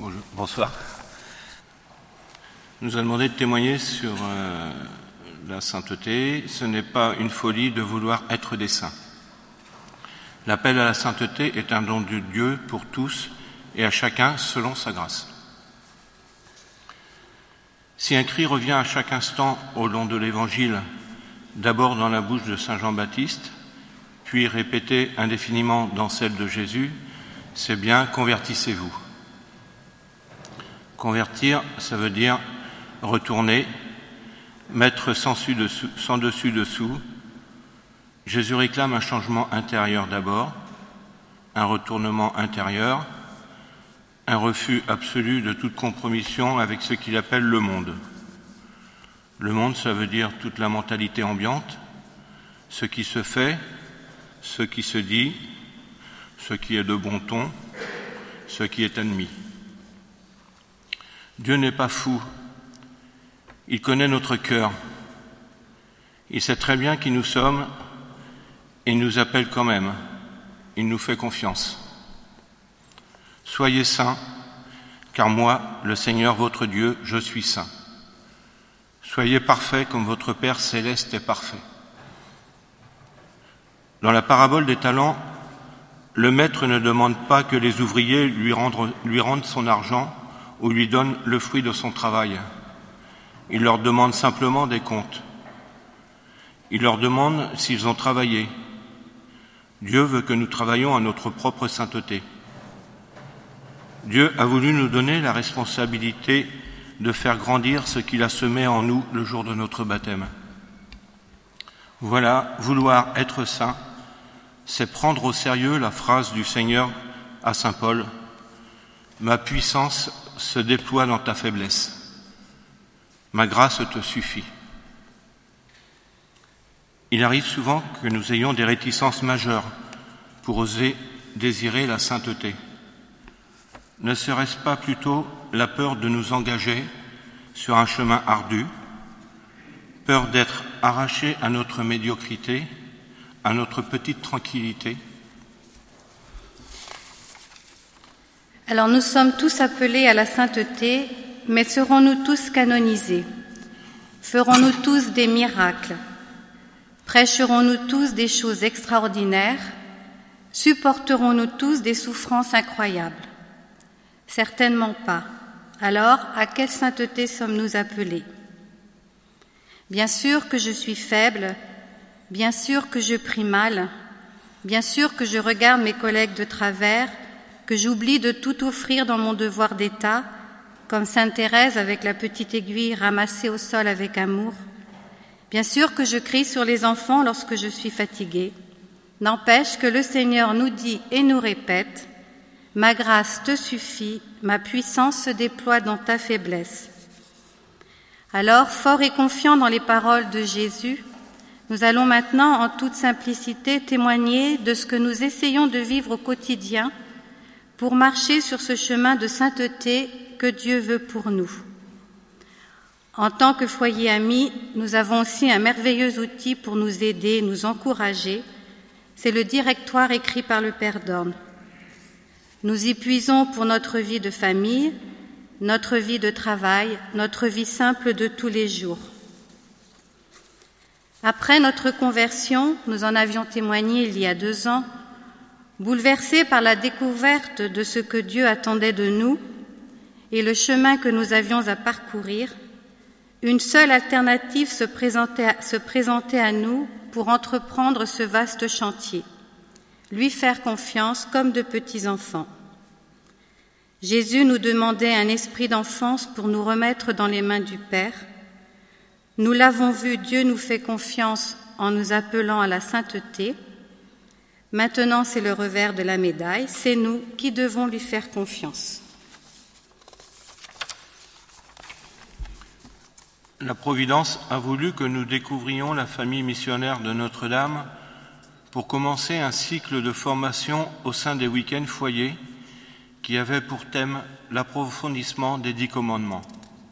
Bonsoir. On nous a demandé de témoigner sur la sainteté. Ce n'est pas une folie de vouloir être des saints. L'appel à la sainteté est un don de Dieu pour tous et à chacun selon sa grâce. Si un cri revient à chaque instant au long de l'Évangile, d'abord dans la bouche de saint Jean-Baptiste, puis répété indéfiniment dans celle de Jésus, c'est bien « convertissez-vous ». Convertir, ça veut dire retourner, mettre sans dessus-dessous. Jésus réclame un changement intérieur d'abord, un retournement intérieur, un refus absolu de toute compromission avec ce qu'il appelle le monde. Le monde, ça veut dire toute la mentalité ambiante, ce qui se fait, ce qui se dit, ce qui est de bon ton, ce qui est admis. Dieu n'est pas fou, il connaît notre cœur, il sait très bien qui nous sommes et il nous appelle quand même, il nous fait confiance. Soyez saints, car moi, le Seigneur votre Dieu, je suis saint. Soyez parfaits comme votre Père céleste est parfait. Dans la parabole des talents, le maître ne demande pas que les ouvriers lui rendent son argent ou lui donnent le fruit de son travail. Il leur demande simplement des comptes. Il leur demande s'ils ont travaillé. Dieu veut que nous travaillions à notre propre sainteté. Dieu a voulu nous donner la responsabilité de faire grandir ce qu'il a semé en nous le jour de notre baptême. Voilà, vouloir être saint, c'est prendre au sérieux la phrase du Seigneur à saint Paul « Ma puissance se déploie dans ta faiblesse. Ma grâce te suffit. » Il arrive souvent que nous ayons des réticences majeures pour oser désirer la sainteté. Ne serait-ce pas plutôt la peur de nous engager sur un chemin ardu, peur d'être arrachés à notre médiocrité, à notre petite tranquillité? Alors nous sommes tous appelés à la sainteté, mais serons-nous tous canonisés? Ferons-nous tous des miracles? Prêcherons-nous tous des choses extraordinaires? Supporterons-nous tous des souffrances incroyables? Certainement pas. Alors, à quelle sainteté sommes-nous appelés? Bien sûr que je suis faible, bien sûr que je prie mal, bien sûr que je regarde mes collègues de travers, que j'oublie de tout offrir dans mon devoir d'État, comme sainte Thérèse avec la petite aiguille ramassée au sol avec amour. Bien sûr que je crie sur les enfants lorsque je suis fatiguée. N'empêche que le Seigneur nous dit et nous répète « Ma grâce te suffit, ma puissance se déploie dans ta faiblesse. » Alors, forts et confiants dans les paroles de Jésus, nous allons maintenant en toute simplicité témoigner de ce que nous essayons de vivre au quotidien pour marcher sur ce chemin de sainteté que Dieu veut pour nous. En tant que foyer ami, nous avons aussi un merveilleux outil pour nous aider, nous encourager. C'est le directoire écrit par le Père Dorn. Nous y puisons pour notre vie de famille, notre vie de travail, notre vie simple de tous les jours. Après notre conversion, nous en avions témoigné il y a 2 ans, bouleversés par la découverte de ce que Dieu attendait de nous et le chemin que nous avions à parcourir, une seule alternative se présentait à nous pour entreprendre ce vaste chantier, lui faire confiance comme de petits enfants. Jésus nous demandait un esprit d'enfance pour nous remettre dans les mains du Père. Nous l'avons vu, Dieu nous fait confiance en nous appelant à la sainteté. Maintenant, c'est le revers de la médaille, c'est nous qui devons lui faire confiance. La Providence a voulu que nous découvrions la famille missionnaire de Notre-Dame pour commencer un cycle de formation au sein des week-ends foyers qui avait pour thème l'approfondissement des 10 commandements.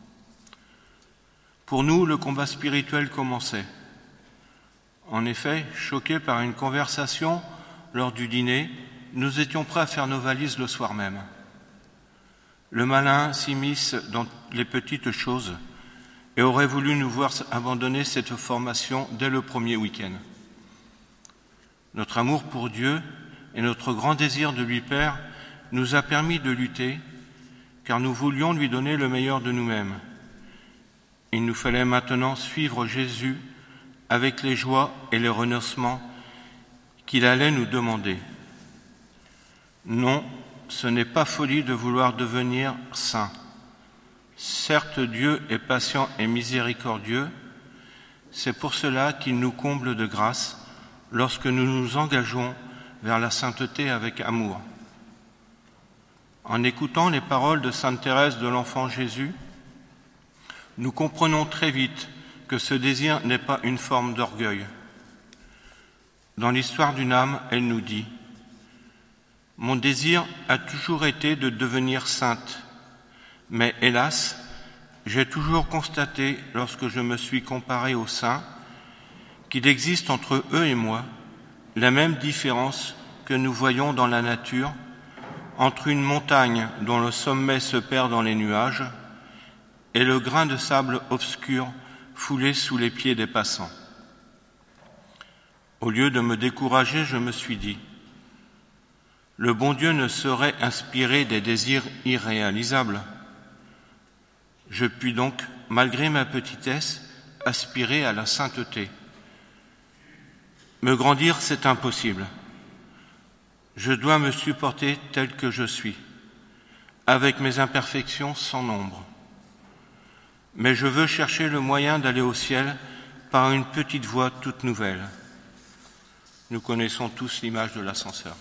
Pour nous, le combat spirituel commençait. En effet, choqués par une conversation lors du dîner, nous étions prêts à faire nos valises le soir même. Le malin s'immisce dans les petites choses et aurait voulu nous voir abandonner cette formation dès le premier week-end. Notre amour pour Dieu et notre grand désir de lui plaire nous a permis de lutter, car nous voulions lui donner le meilleur de nous-mêmes. Il nous fallait maintenant suivre Jésus avec les joies et les renoncements qu'il allait nous demander. Non, ce n'est pas folie de vouloir devenir saint. Certes, Dieu est patient et miséricordieux, c'est pour cela qu'il nous comble de grâce lorsque nous nous engageons vers la sainteté avec amour. En écoutant les paroles de sainte Thérèse de l'Enfant Jésus, nous comprenons très vite que ce désir n'est pas une forme d'orgueil. Dans l'histoire d'une âme, elle nous dit « Mon désir a toujours été de devenir sainte, mais hélas, j'ai toujours constaté, lorsque je me suis comparée aux saints, qu'il existe entre eux et moi la même différence que nous voyons dans la nature entre une montagne dont le sommet se perd dans les nuages et le grain de sable obscur foulé sous les pieds des passants. Au lieu de me décourager, je me suis dit, le bon Dieu ne saurait inspirer des désirs irréalisables. Je puis donc, malgré ma petitesse, aspirer à la sainteté. Me grandir, c'est impossible. Je dois me supporter tel que je suis, avec mes imperfections sans nombre. Mais je veux chercher le moyen d'aller au ciel par une petite voie toute nouvelle. Nous connaissons tous l'image de l'ascenseur.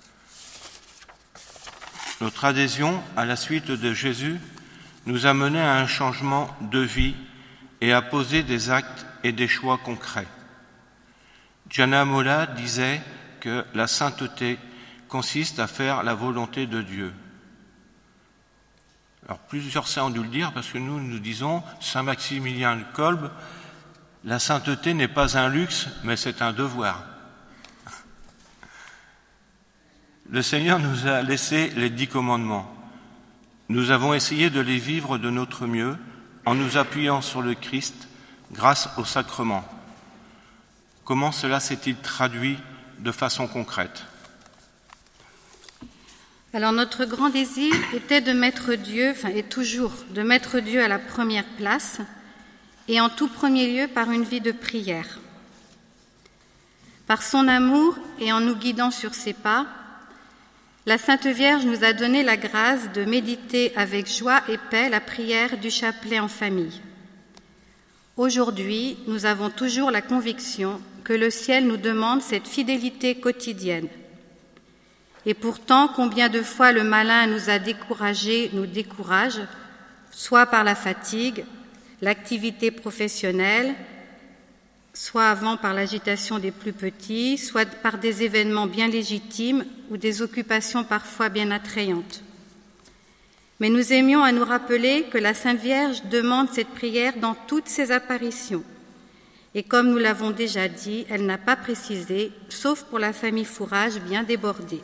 Notre adhésion à la suite de Jésus nous a mené à un changement de vie et à poser des actes et des choix concrets. Gianna Molla disait que la sainteté consiste à faire la volonté de Dieu. Alors plusieurs saints ont dû le dire parce que nous disons, Saint Maximilien de Kolb, la sainteté n'est pas un luxe, mais c'est un devoir. Le Seigneur nous a laissé les 10 commandements. Nous avons essayé de les vivre de notre mieux en nous appuyant sur le Christ grâce au sacrement. Comment cela s'est-il traduit de façon concrète ? Alors notre grand désir était de mettre Dieu, et toujours, de mettre Dieu à la première place, et en tout premier lieu par une vie de prière. Par son amour et en nous guidant sur ses pas, la Sainte Vierge nous a donné la grâce de méditer avec joie et paix la prière du chapelet en famille. Aujourd'hui, nous avons toujours la conviction que le ciel nous demande cette fidélité quotidienne. Et pourtant, combien de fois le malin nous a découragés, nous décourage, soit par la fatigue, l'activité professionnelle, soit avant par l'agitation des plus petits, soit par des événements bien légitimes ou des occupations parfois bien attrayantes. Mais nous aimions à nous rappeler que la Sainte Vierge demande cette prière dans toutes ses apparitions. Et comme nous l'avons déjà dit, elle n'a pas précisé, sauf pour la famille Fourage bien débordée.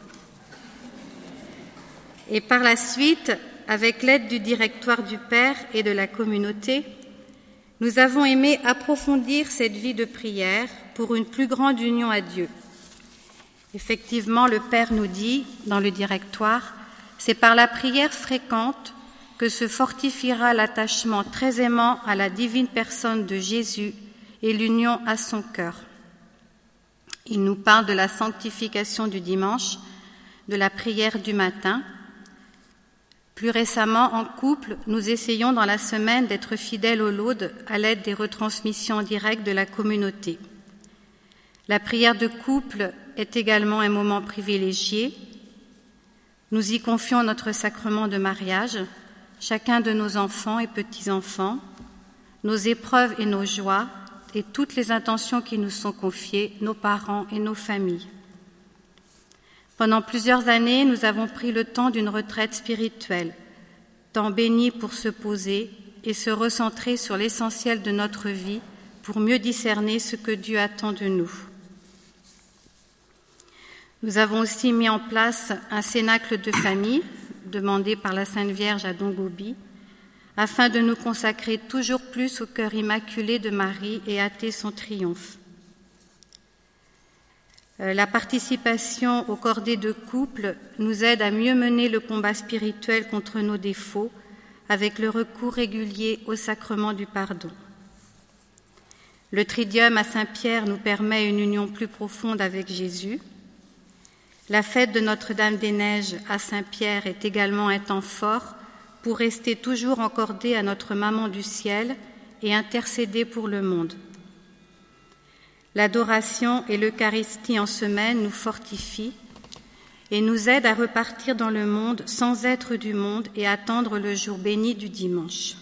Et par la suite, avec l'aide du directoire du Père et de la communauté, nous avons aimé approfondir cette vie de prière pour une plus grande union à Dieu. Effectivement, le Père nous dit, dans le directoire, c'est par la prière fréquente que se fortifiera l'attachement très aimant à la divine personne de Jésus et l'union à son cœur. Il nous parle de la sanctification du dimanche, de la prière du matin. Plus récemment, en couple, nous essayons dans la semaine d'être fidèles aux laudes à l'aide des retransmissions en direct de la communauté. La prière de couple est également un moment privilégié. Nous y confions notre sacrement de mariage, chacun de nos enfants et petits-enfants, nos épreuves et nos joies, et toutes les intentions qui nous sont confiées, nos parents et nos familles. Pendant plusieurs années, nous avons pris le temps d'une retraite spirituelle, temps béni pour se poser et se recentrer sur l'essentiel de notre vie pour mieux discerner ce que Dieu attend de nous. Nous avons aussi mis en place un cénacle de famille demandé par la Sainte Vierge à Don Gobi, afin de nous consacrer toujours plus au cœur immaculé de Marie et hâter son triomphe. La participation aux cordées de couple nous aide à mieux mener le combat spirituel contre nos défauts avec le recours régulier au sacrement du pardon. Le Tridium à Saint-Pierre nous permet une union plus profonde avec Jésus. La fête de Notre-Dame-des-Neiges à Saint-Pierre est également un temps fort pour rester toujours encordé à notre Maman du ciel et intercéder pour le monde. L'adoration et l'Eucharistie en semaine nous fortifient et nous aident à repartir dans le monde sans être du monde et attendre le jour béni du dimanche.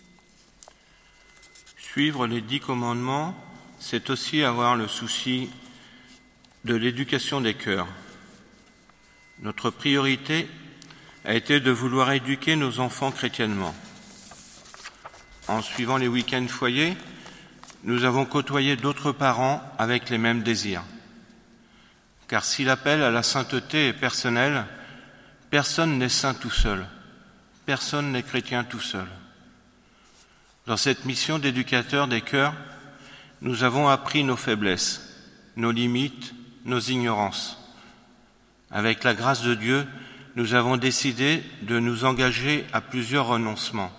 Suivre les 10 commandements, c'est aussi avoir le souci de l'éducation des cœurs. Notre priorité a été de vouloir éduquer nos enfants chrétiennement. En suivant les week-ends foyers, nous avons côtoyé d'autres parents avec les mêmes désirs. Car si l'appel à la sainteté est personnel, personne n'est saint tout seul, personne n'est chrétien tout seul. Dans cette mission d'éducateur des cœurs, nous avons appris nos faiblesses, nos limites, nos ignorances. Avec la grâce de Dieu, nous avons décidé de nous engager à plusieurs renoncements.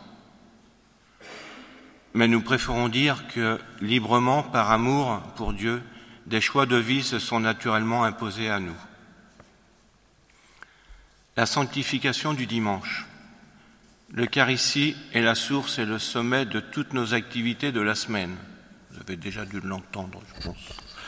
Mais nous préférons dire que, librement, par amour pour Dieu, des choix de vie se sont naturellement imposés à nous. La sanctification du dimanche. L'Eucharistie est la source et le sommet de toutes nos activités de la semaine. Vous avez déjà dû l'entendre, je pense.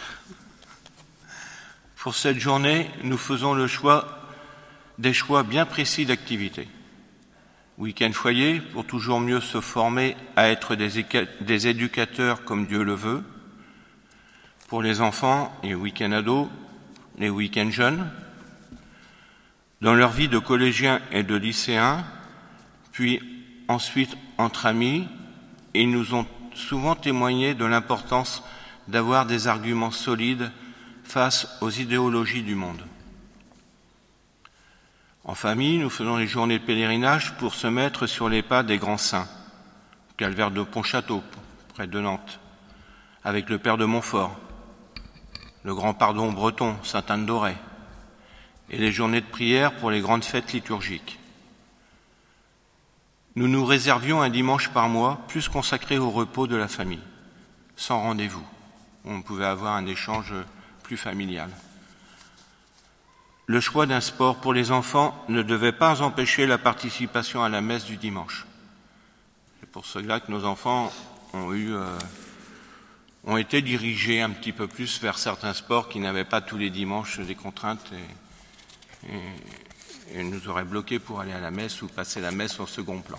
Pour cette journée, nous faisons des choix bien précis d'activités. Week-end foyer, pour toujours mieux se former à être des éducateurs comme Dieu le veut. Pour les enfants, les week-ends ados, les week-ends jeunes. Dans leur vie de collégiens et de lycéens, puis ensuite entre amis, ils nous ont souvent témoigné de l'importance d'avoir des arguments solides face aux idéologies du monde. En famille, nous faisons les journées de pèlerinage pour se mettre sur les pas des grands saints. Calvaire de Pontchâteau, près de Nantes, avec le Père de Montfort, le Grand Pardon breton, Sainte-Anne d'Auray, et les journées de prière pour les grandes fêtes liturgiques. Nous nous réservions un dimanche par mois plus consacré au repos de la famille, sans rendez-vous. On pouvait avoir un échange plus familial. Le choix d'un sport pour les enfants ne devait pas empêcher la participation à la messe du dimanche. C'est pour cela que nos enfants ont été dirigés un petit peu plus vers certains sports qui n'avaient pas tous les dimanches des contraintes et nous auraient bloqués pour aller à la messe ou passer la messe au second plan.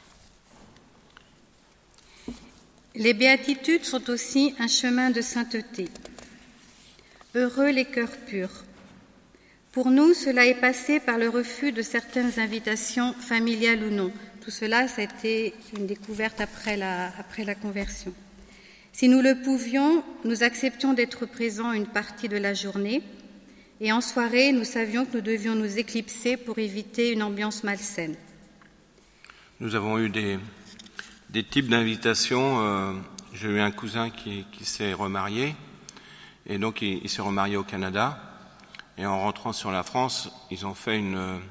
Les béatitudes sont aussi un chemin de sainteté. Heureux les cœurs purs. Pour nous, cela est passé par le refus de certaines invitations, familiales ou non. Tout cela, ça a été une découverte après la conversion. Si nous le pouvions, nous acceptions d'être présents une partie de la journée. Et en soirée, nous savions que nous devions nous éclipser pour éviter une ambiance malsaine. Nous avons eu des types d'invitations. J'ai eu un cousin qui s'est remarié. Et donc, il s'est remarié au Canada. Et en rentrant sur la France, ils ont fait une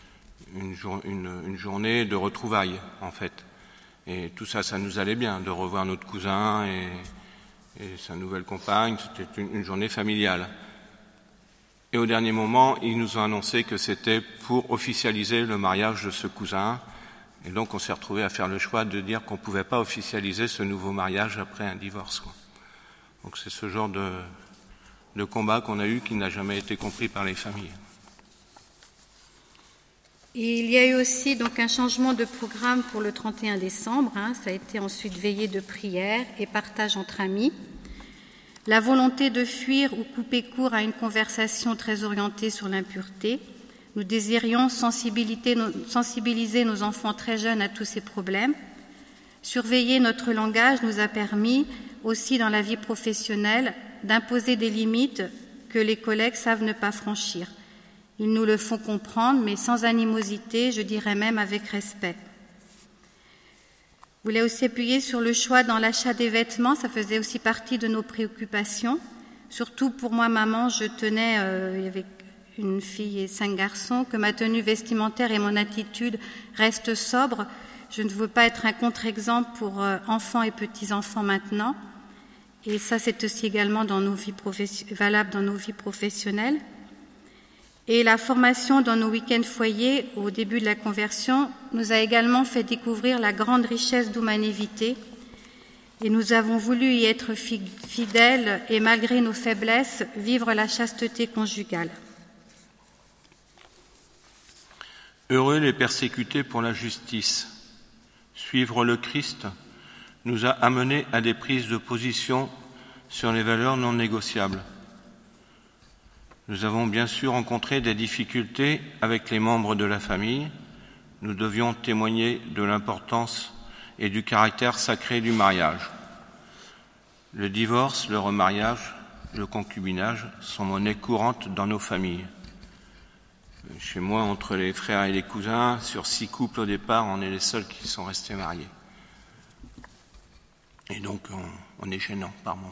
journée de retrouvailles, en fait. Et tout ça, ça nous allait bien, de revoir notre cousin et sa nouvelle compagne. C'était une journée familiale. Et au dernier moment, ils nous ont annoncé que c'était pour officialiser le mariage de ce cousin. Et donc, on s'est retrouvés à faire le choix de dire qu'on ne pouvait pas officialiser ce nouveau mariage après un divorce, quoi. Donc, c'est ce genre de combat qu'on a eu qui n'a jamais été compris par les familles. Et il y a eu aussi donc un changement de programme pour le 31 décembre. Ça a été ensuite veillée de prière et partage entre amis. La volonté de fuir ou couper court à une conversation très orientée sur l'impureté. Nous désirions sensibiliser nos enfants très jeunes à tous ces problèmes. Surveiller notre langage nous a permis aussi dans la vie professionnelle d'imposer des limites que les collègues savent ne pas franchir. Ils nous le font comprendre, mais sans animosité, je dirais même avec respect. Je voulais aussi appuyer sur le choix dans l'achat des vêtements, ça faisait aussi partie de nos préoccupations. Surtout pour moi, maman, je tenais, avec une fille et 5 garçons, que ma tenue vestimentaire et mon attitude restent sobres. Je ne veux pas être un contre-exemple pour enfants et petits-enfants maintenant. Et ça, c'est aussi également valable dans nos vies professionnelles. Et la formation dans nos week-ends foyers, au début de la conversion, nous a également fait découvrir la grande richesse d'humanité. Et nous avons voulu y être fidèles et, malgré nos faiblesses, vivre la chasteté conjugale. Heureux les persécutés pour la justice. Suivre le Christ nous a amenés à des prises de position sur les valeurs non négociables. Nous avons bien sûr rencontré des difficultés avec les membres de la famille. Nous devions témoigner de l'importance et du caractère sacré du mariage. Le divorce, le remariage, le concubinage sont monnaie courante dans nos familles. Chez moi, entre les frères et les cousins, sur 6 couples au départ, on est les seuls qui sont restés mariés. Et donc, on est gênant par moment.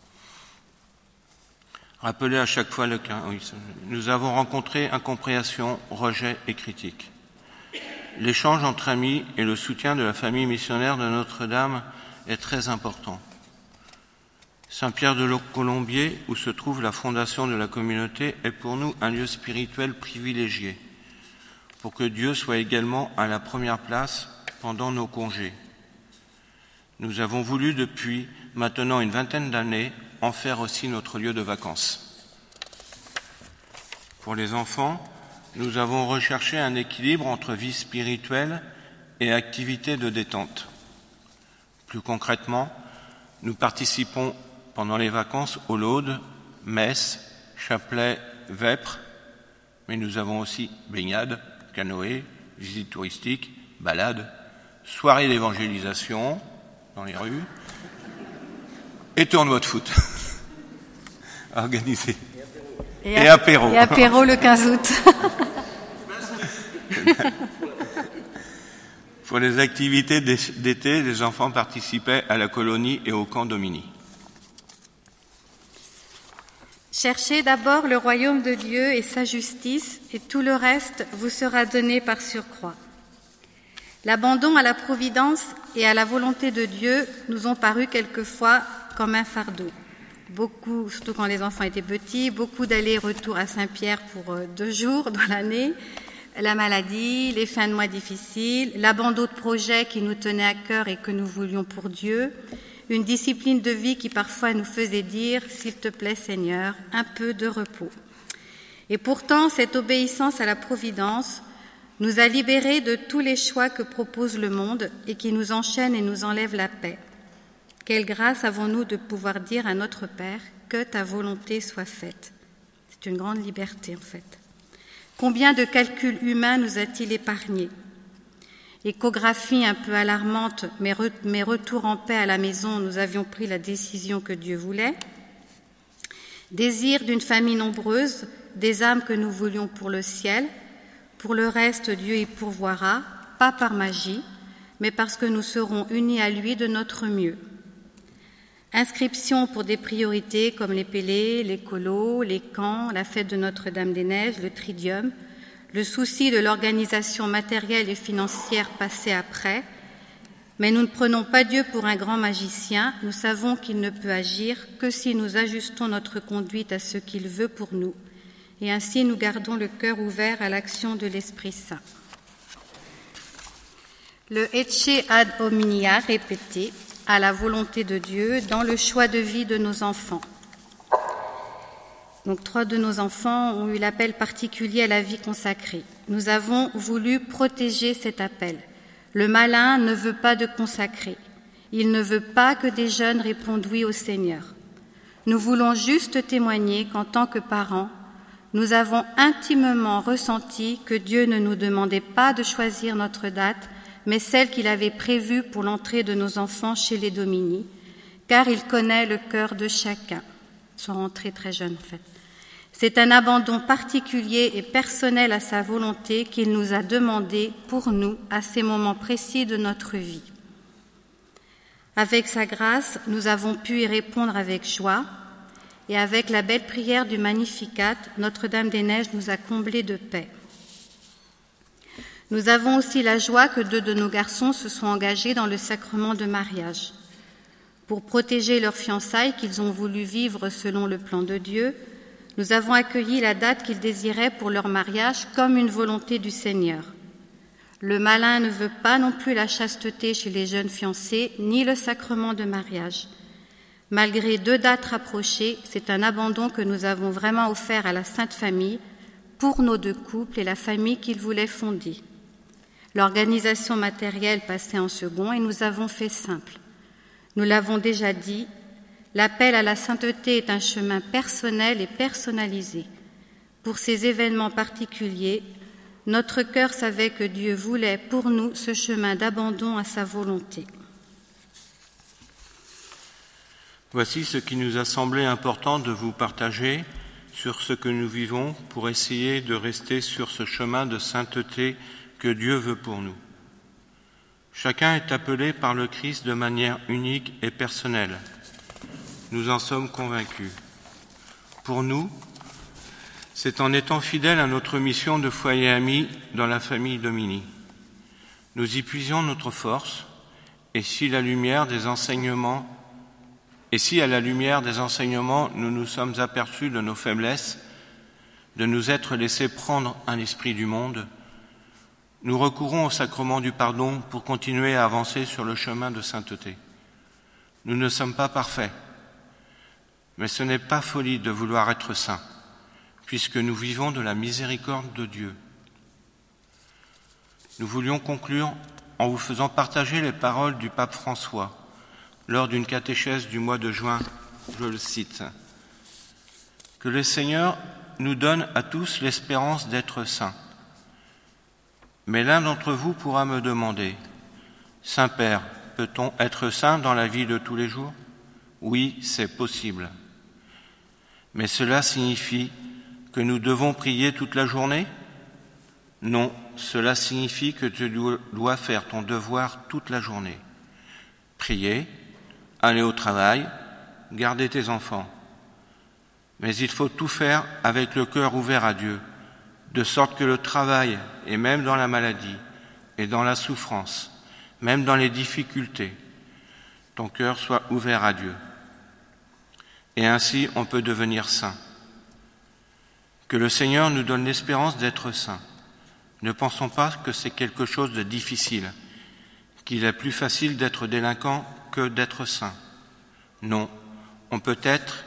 Rappelez à chaque fois le cas. Oui, nous avons rencontré incompréhension, rejet et critique. L'échange entre amis et le soutien de la famille missionnaire de Notre-Dame est très important. Saint-Pierre de Colombier, où se trouve la fondation de la communauté, est pour nous un lieu spirituel privilégié, pour que Dieu soit également à la première place pendant nos congés. Nous avons voulu depuis maintenant une 20aine d'années en faire aussi notre lieu de vacances. Pour les enfants, nous avons recherché un équilibre entre vie spirituelle et activité de détente. Plus concrètement, nous participons pendant les vacances aux laudes, messes, chapelets, vêpres, mais nous avons aussi baignade, canoë, visites touristiques, balades, soirées d'évangélisation dans les rues et tournoi de foot organisé. Et apéro. Et apéro le 15 août. Pour les activités d'été, les enfants participaient à la colonie et au camp Domini. Cherchez d'abord le royaume de Dieu et sa justice, et tout le reste vous sera donné par surcroît. L'abandon à la providence et à la volonté de Dieu nous ont paru quelquefois comme un fardeau. Beaucoup, surtout quand les enfants étaient petits, beaucoup d'allers-retours à Saint-Pierre pour 2 jours dans l'année, la maladie, les fins de mois difficiles, l'abandon de projets qui nous tenaient à cœur et que nous voulions pour Dieu, une discipline de vie qui parfois nous faisait dire « S'il te plaît Seigneur, un peu de repos ». Et pourtant, cette obéissance à la providence nous a libérés de tous les choix que propose le monde et qui nous enchaînent et nous enlèvent la paix. Quelle grâce avons-nous de pouvoir dire à notre Père « Que ta volonté soit faite ». C'est une grande liberté en fait. Combien de calculs humains nous a-t-il épargnés? Échographie un peu alarmante, mais retour en paix à la maison, nous avions pris la décision que Dieu voulait. Désir d'une famille nombreuse, des âmes que nous voulions pour le ciel. Pour le reste, Dieu y pourvoira, pas par magie, mais parce que nous serons unis à lui de notre mieux. Inscription pour des priorités comme les Pélés, les colos, les camps, la fête de Notre-Dame-des-Neiges, le Tridium, le souci de l'organisation matérielle et financière passée après. Mais nous ne prenons pas Dieu pour un grand magicien, nous savons qu'il ne peut agir que si nous ajustons notre conduite à ce qu'il veut pour nous, et ainsi nous gardons le cœur ouvert à l'action de l'Esprit Saint. Le Ecce ad omnia répété, à la volonté de Dieu, dans le choix de vie de nos enfants. Donc 3 de nos enfants ont eu l'appel particulier à la vie consacrée. Nous avons voulu protéger cet appel. Le malin ne veut pas de consacrés. Il ne veut pas que des jeunes répondent oui au Seigneur. Nous voulons juste témoigner qu'en tant que parents, nous avons intimement ressenti que Dieu ne nous demandait pas de choisir notre date, mais celle qu'il avait prévue pour l'entrée de nos enfants chez les Domini, car il connaît le cœur de chacun. Ils sont rentrés très jeunes en fait. C'est un abandon particulier et personnel à sa volonté qu'il nous a demandé pour nous à ces moments précis de notre vie. Avec sa grâce, nous avons pu y répondre avec joie et avec la belle prière du Magnificat, Notre-Dame-des-Neiges nous a comblés de paix. Nous avons aussi la joie que 2 de nos garçons se sont engagés dans le sacrement de mariage. Pour protéger leurs fiançailles qu'ils ont voulu vivre selon le plan de Dieu, nous avons accueilli la date qu'ils désiraient pour leur mariage comme une volonté du Seigneur. Le malin ne veut pas non plus la chasteté chez les jeunes fiancés, ni le sacrement de mariage. Malgré 2 dates rapprochées, c'est un abandon que nous avons vraiment offert à la Sainte Famille pour nos 2 couples et la famille qu'ils voulaient fonder. L'organisation matérielle passait en second et nous avons fait simple. Nous l'avons déjà dit, l'appel à la sainteté est un chemin personnel et personnalisé. Pour ces événements particuliers, notre cœur savait que Dieu voulait pour nous ce chemin d'abandon à sa volonté. Voici ce qui nous a semblé important de vous partager sur ce que nous vivons pour essayer de rester sur ce chemin de sainteté que Dieu veut pour nous. Chacun est appelé par le Christ de manière unique et personnelle. Nous en sommes convaincus. Pour nous, c'est en étant fidèles à notre mission de foyer ami dans la famille Domini. Nous y puisions notre force, et si à la lumière des enseignements, nous nous sommes aperçus de nos faiblesses, de nous être laissés prendre un esprit du monde, nous recourons au sacrement du pardon pour continuer à avancer sur le chemin de sainteté. Nous ne sommes pas parfaits, mais ce n'est pas folie de vouloir être saints, puisque nous vivons de la miséricorde de Dieu. Nous voulions conclure en vous faisant partager les paroles du pape François lors d'une catéchèse du mois de juin, je le cite. « Que le Seigneur nous donne à tous l'espérance d'être saints. Mais l'un d'entre vous pourra me demander, « Saint-Père, peut-on être saint dans la vie de tous les jours ?» Oui, c'est possible. Mais cela signifie que nous devons prier toute la journée ? Non, cela signifie que tu dois faire ton devoir toute la journée. Prier, aller au travail, garder tes enfants. Mais il faut tout faire avec le cœur ouvert à Dieu, de sorte que le travail, et même dans la maladie, et dans la souffrance, même dans les difficultés, ton cœur soit ouvert à Dieu. Et ainsi on peut devenir saint. Que le Seigneur nous donne l'espérance d'être saints. Ne pensons pas que c'est quelque chose de difficile, qu'il est plus facile d'être délinquant que d'être saint. Non, on peut être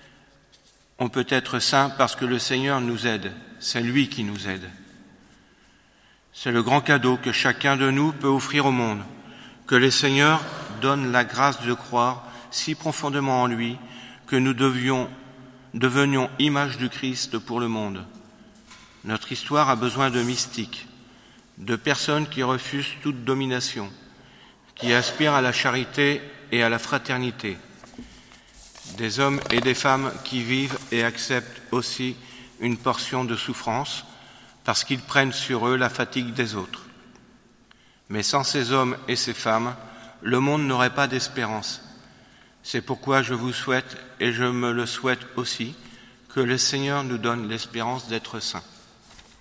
saint parce que le Seigneur nous aide, c'est lui qui nous aide. C'est le grand cadeau que chacun de nous peut offrir au monde, que le Seigneur donne la grâce de croire si profondément en lui que nous devenions image du Christ pour le monde. Notre histoire a besoin de mystiques, de personnes qui refusent toute domination, qui aspirent à la charité et à la fraternité, des hommes et des femmes qui vivent et acceptent aussi une portion de souffrance parce qu'ils prennent sur eux la fatigue des autres. Mais sans ces hommes et ces femmes, le monde n'aurait pas d'espérance. C'est pourquoi je vous souhaite, et je me le souhaite aussi, que le Seigneur nous donne l'espérance d'être saints.